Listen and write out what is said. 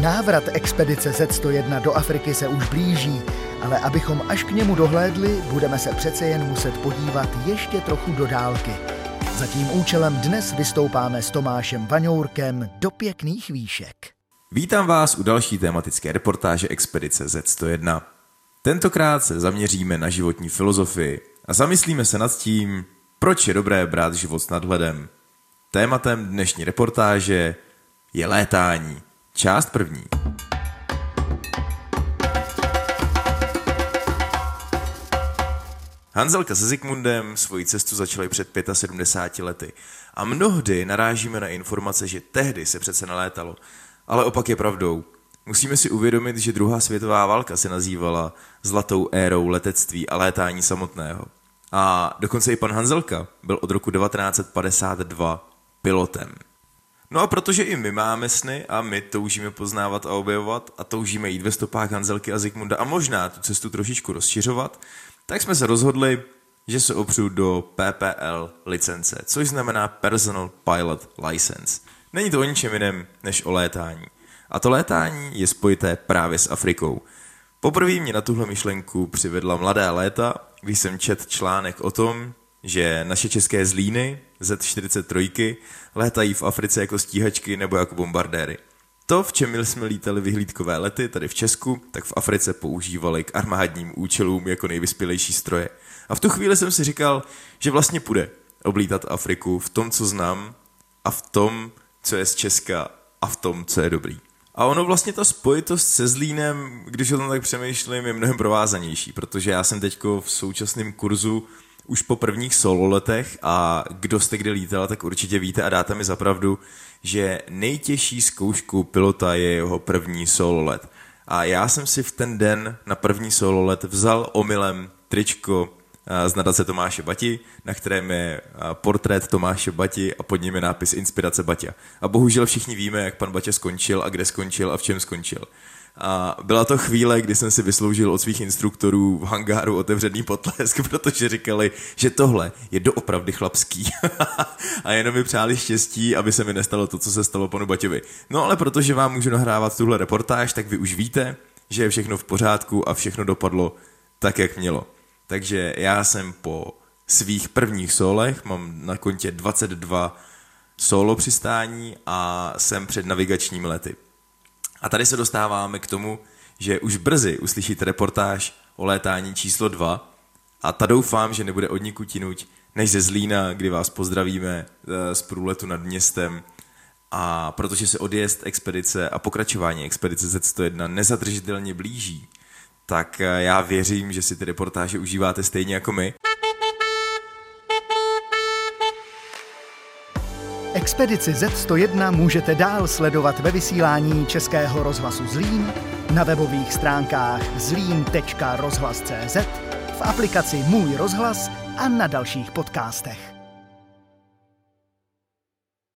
Návrat expedice Z101 do Afriky se už blíží, ale abychom až k němu dohlédli, budeme se přece jen muset podívat ještě trochu do dálky. Za tím účelem dnes vystoupáme s Tomášem Vaňourkem do pěkných výšek. Vítám vás u další tematické reportáže expedice Z101. Tentokrát se zaměříme na životní filozofii a zamyslíme se nad tím, proč je dobré brát život s nadhledem. Tématem dnešní reportáže je létání. Část první. Hanzelka se Zikmundem svoji cestu začali před 75 lety a mnohdy narážíme na informace, že tehdy se přece nelétalo. Ale opak je pravdou. Musíme si uvědomit, že druhá světová válka se nazývala zlatou érou letectví a létání samotného. A dokonce i pan Hanzelka byl od roku 1952 pilotem. No a protože i my máme sny a my toužíme poznávat a objevovat a toužíme jít ve stopách Hanzelky a Zikmunda a možná tu cestu trošičku rozšiřovat, tak jsme se rozhodli, že se opřu do PPL licence, což znamená Personal Pilot License. Není to o ničem jiném než o létání. A to létání je spojité právě s Afrikou. Poprvé mě na tuhle myšlenku přivedla mladá léta, když jsem četl článek o tom, že naše české Zlíny Z-43 létají v Africe jako stíhačky nebo jako bombardéry. To, v čem jsme lítali vyhlídkové lety tady v Česku, tak v Africe používali k armádním účelům jako nejvyspělejší stroje. A v tu chvíli jsem si říkal, že vlastně půjde oblítat Afriku v tom, co znám a v tom, co je z Česka a v tom, co je dobrý. A ono vlastně ta spojitost se Zlínem, když o tom tak přemýšlím, je mnohem provázanější, protože já jsem teďko v současném kurzu už po prvních sololetech a kdo jste kdy lítal, tak určitě víte a dáte mi za pravdu, že nejtěžší zkouškou pilota je jeho první sololet. A já jsem si v ten den na první sololet vzal omylem tričko z nadace Tomáše Bati, na kterém je portrét Tomáše Bati a pod ním je nápis Inspirace Baťa. A bohužel všichni víme, jak pan Baťa skončil a kde skončil a v čem skončil. A byla to chvíle, kdy jsem si vysloužil od svých instruktorů v hangáru otevřený potlesk, protože říkali, že tohle je doopravdy chlapský. A jenom mi přáli štěstí, aby se mi nestalo to, co se stalo panu Baťovi. No ale protože vám můžu nahrávat tuhle reportáž, tak vy už víte, že je všechno v pořádku a všechno dopadlo tak, jak mělo. Takže já jsem po svých prvních solech, mám na kontě 22 solo přistání a jsem před navigačními lety. A tady se dostáváme k tomu, že už brzy uslyšíte reportáž o létání číslo 2 a ta doufám, že nebude od nikud jinuť než ze Zlína, kdy vás pozdravíme z průletu nad městem. A protože se odjezd expedice a pokračování expedice Z101 nezadržitelně blíží, tak já věřím, že si ty reportáže užíváte stejně jako my. Expedici Z101 můžete dál sledovat ve vysílání Českého rozhlasu Zlín, na webových stránkách zlin.rozhlas.cz, v aplikaci Můj rozhlas a na dalších podcastech.